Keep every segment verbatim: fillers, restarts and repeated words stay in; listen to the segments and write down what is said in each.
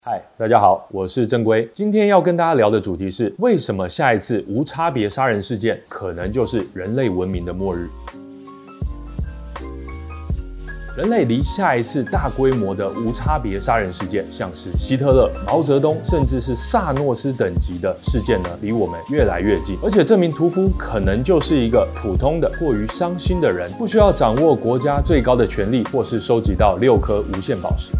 嗨，大家好，我是正规。今天要跟大家聊的主题是，为什么下一次无差别杀人事件可能就是人类文明的末日？人类离下一次大规模的无差别杀人事件，像是希特勒、毛泽东，甚至是萨诺斯等级的事件呢，离我们越来越近。而且这名屠夫可能就是一个普通的、过于伤心的人，不需要掌握国家最高的权力，或是收集到六颗无限宝石。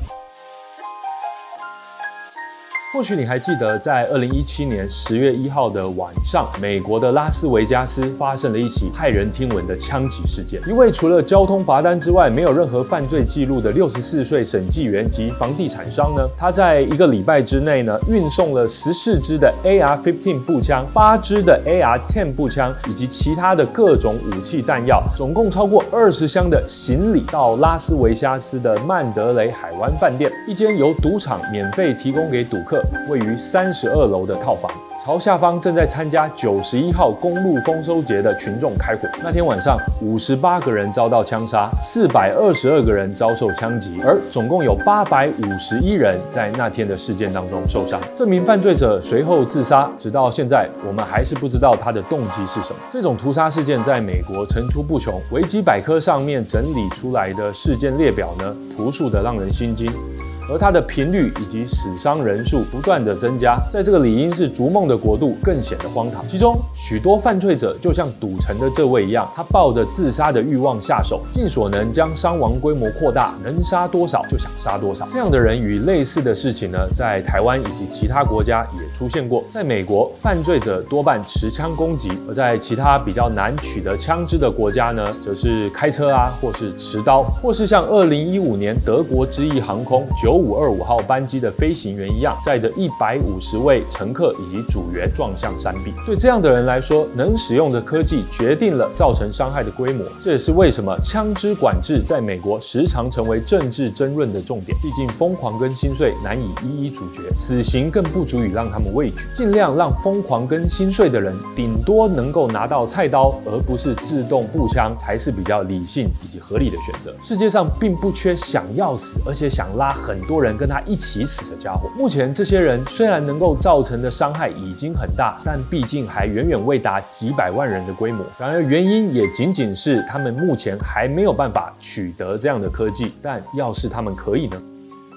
或许你还记得，在二零一七年十月一号的晚上，美国的拉斯维加斯发生了一起骇人听闻的枪击事件。一位除了交通罚单之外没有任何犯罪记录的六十四岁审计员及房地产商呢，他在一个礼拜之内呢，运送了十四支的 A R 十五 步枪、八支的 A R 十步枪以及其他的各种武器弹药，总共超过二十箱的行李到拉斯维加斯的曼德雷海湾饭店，一间由赌场免费提供给赌客，位于三十二楼的套房，朝下方正在参加九十一号公路丰收节的群众开火。那天晚上，五十八个人遭到枪杀，四百二十二个人遭受枪击，而总共有八百五十一人在那天的事件当中受伤。这名犯罪者随后自杀，直到现在，我们还是不知道他的动机是什么。这种屠杀事件在美国层出不穷，维基百科上面整理出来的事件列表呢，朴素的让人心惊。而它的频率以及死伤人数不断的增加，在这个理应是逐梦的国度更显得荒唐。其中许多犯罪者就像赌城的这位一样，他抱着自杀的欲望下手，尽所能将伤亡规模扩大，能杀多少就想杀多少。这样的人与类似的事情呢，在台湾以及其他国家也出现过。在美国，犯罪者多半持枪攻击，而在其他比较难取得枪支的国家呢，则是开车啊，或是持刀，或是像二零一五年德国之翼航空九五二五号班机的飞行员一样，载着一百五十位乘客以及组员撞向山壁。对这样的人来说，能使用的科技决定了造成伤害的规模。这也是为什么枪支管制在美国时常成为政治争论的重点。毕竟疯狂跟心碎难以一一阻绝，死刑更不足以让他们畏惧。尽量让疯狂跟心碎的人顶多能够拿到菜刀，而不是自动步枪，才是比较理性以及合理的选择。世界上并不缺想要死，而且想拉很多人跟他一起死的家伙。目前这些人虽然能够造成的伤害已经很大，但毕竟还远远未达几百万人的规模。然而原因也仅仅是他们目前还没有办法取得这样的科技，但要是他们可以呢？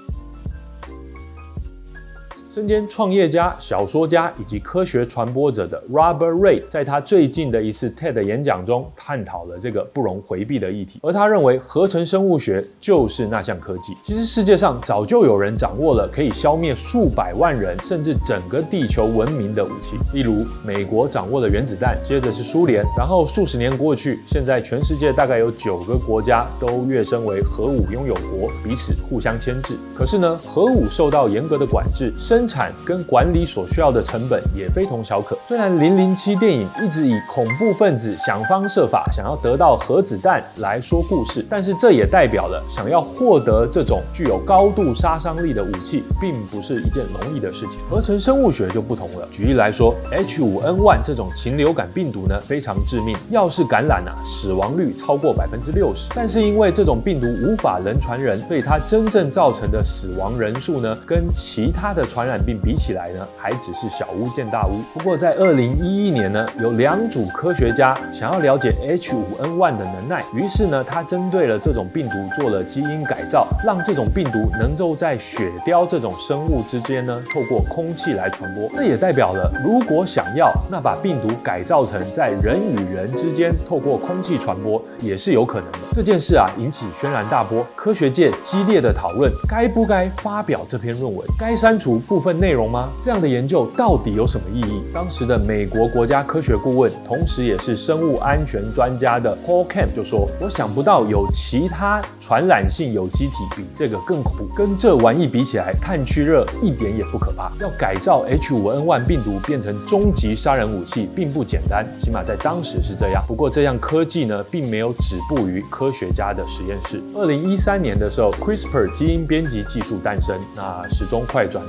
身兼创业家、小说家以及科学传播者的 Robert Ray， 在他最近的一次 TED 演讲中，探讨了这个不容回避的议题。而他认为，合成生物学就是那项科技。其实世界上早就有人掌握了可以消灭数百万人，甚至整个地球文明的武器。例如，美国掌握了原子弹，接着是苏联，然后数十年过去，现在全世界大概有九个国家都跃升为核武拥有国，彼此互相牵制。可是呢，核武受到严格的管制，生产跟管理所需要的成本也非同小可。虽然零零七电影一直以恐怖分子想方设法想要得到核子弹来说故事，但是这也代表了想要获得这种具有高度杀伤力的武器，并不是一件容易的事情。合成生物学就不同了。举例来说 ，H 五 N 一 这种禽流感病毒呢，非常致命，要是感染啊，死亡率超过百分之六十。但是因为这种病毒无法人传人，所以它真正造成的死亡人数呢，跟其他的传染病比起来呢，还只是小巫见大巫。不过在二零一一年呢，有两组科学家想要了解 H 五 N 一 的能耐，于是呢，他针对了这种病毒做了基因改造，让这种病毒能够在雪貂这种生物之间呢，透过空气来传播。这也代表了，如果想要，那把病毒改造成在人与人之间透过空气传播，也是有可能的。这件事啊，引起轩然大波，科学界激烈的讨论，该不该发表这篇论文，该删除部分内容吗？这样的研究到底有什么意义？当时的美国国家科学顾问，同时也是生物安全专家的 Paul Kemp 就说：“我想不到有其他传染性有机体比这个更恐怖。跟这玩意比起来，炭疽热一点也不可怕。要改造 H 五 N 一 病毒变成终极杀人武器，并不简单，起码在当时是这样。不过这样科技呢，并没有止步于科学家的实验室。二零一三年的时候 ，CRISPR 基因编辑技术诞生，那时钟快转到二零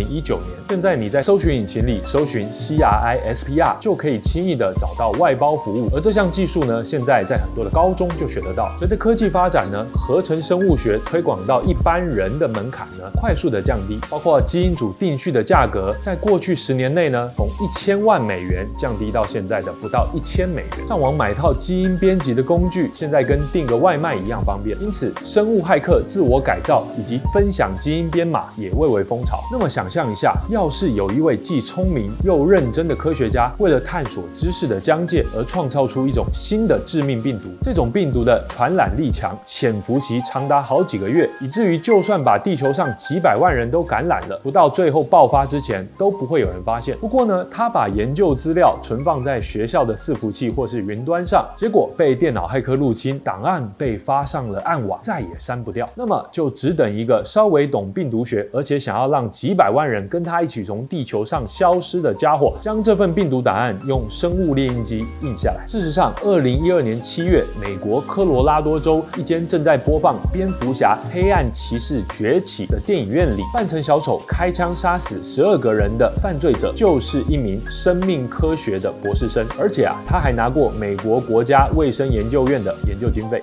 一九年，现在你在搜寻引擎里搜寻 C R I S P R 就可以轻易的找到外包服务。而这项技术呢，现在在很多的高中就学得到。随着科技发展呢，合成生物学推广到一般人的门槛呢，快速的降低，包括基因组定序的价格，在过去十年内呢，从一千万美元降低到现在的不到一千美元。上网买套基因编辑的工具，现在跟订个外卖一样方便。因此，生物骇客自我改造以及分享基因编码也蔚为风潮。那么想象一下，要是有一位既聪明又认真的科学家，为了探索知识的疆界而创造出一种新的致命病毒，这种病毒的传染力强，潜伏期长达好几个月，以至于就算把地球上几百万人都感染了，不到最后爆发之前都不会有人发现。不过呢，他把研究资料存放在学校的伺服器或是云端上，结果被电脑骇客入侵，档案被发上了暗网，再也删不掉。那么就只等一个稍微懂病毒学，而且想要让几百万人跟他一起从地球上消失的家伙，将这份病毒档案用生物列印机印下来。事实上，二零一二年七月，美国科罗拉多州一间正在播放《蝙蝠侠：黑暗骑士崛起》的电影院里，扮成小丑开枪杀死十二个人的犯罪者，就是一名生命科学的博士生，而且啊，他还拿过美国国家卫生研究院的研究经费。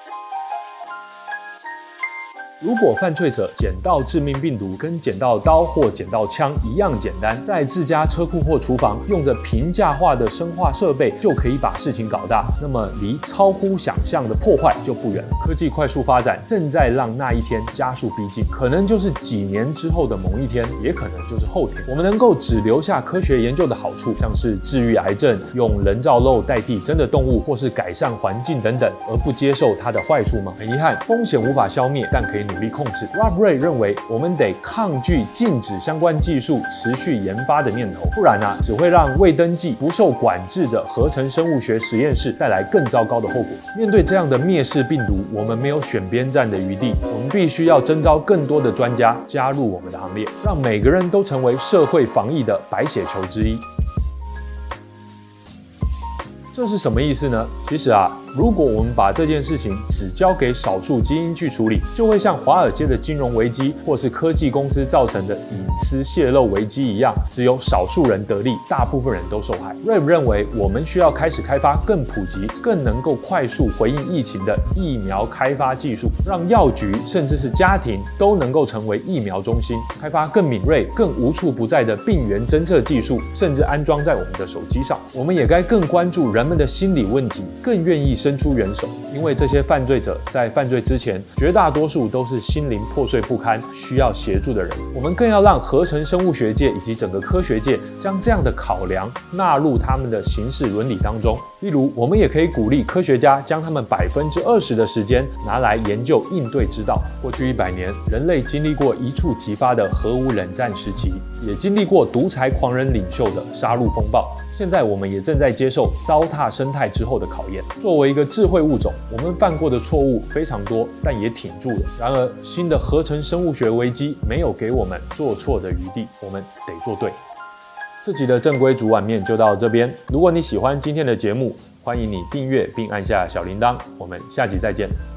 如果犯罪者捡到致命病毒跟捡到刀或捡到枪一样简单，在自家车库或厨房用着平价化的生化设备就可以把事情搞大，那么离超乎想象的破坏就不远了。科技快速发展正在让那一天加速逼近，可能就是几年之后的某一天，也可能就是后天。我们能够只留下科学研究的好处，像是治愈癌症、用人造肉代替真的动物，或是改善环境等等，而不接受它的坏处吗？很遗憾，风险无法消灭，但可以努力控制。Rob Ray 认为，我们得抗拒禁止相关技术持续研发的念头，不然啊，只会让未登记、不受管制的合成生物学实验室带来更糟糕的后果。面对这样的灭世病毒，我们没有选边站的余地，我们必须要征召更多的专家加入我们的行列，让每个人都成为社会防疫的白血球之一。这是什么意思呢？其实啊，如果我们把这件事情只交给少数精英去处理，就会像华尔街的金融危机或是科技公司造成的隐私泄露危机一样，只有少数人得利，大部分人都受害。Ray认为，我们需要开始开发更普及、更能够快速回应疫情的疫苗开发技术，让药局甚至是家庭都能够成为疫苗中心，开发更敏锐、更无处不在的病原侦测技术，甚至安装在我们的手机上。我们也该更关注人们的心理问题，更愿意伸出援手，因为这些犯罪者在犯罪之前，绝大多数都是心灵破碎不堪、需要协助的人。我们更要让合成生物学界以及整个科学界将这样的考量纳入他们的行事伦理当中。例如，我们也可以鼓励科学家将他们百分之二十的时间拿来研究应对之道。过去一百年，人类经历过一触即发的核武冷战时期，也经历过独裁狂人领袖的杀戮风暴。现在我们也正在接受糟蹋生态之后的考验。作为一个智慧物种，我们犯过的错误非常多，但也挺住了。然而，新的合成生物学危机没有给我们做错的余地，我们得做对。这集的正规煮碗面就到这边。如果你喜欢今天的节目，欢迎你订阅并按下小铃铛。我们下集再见。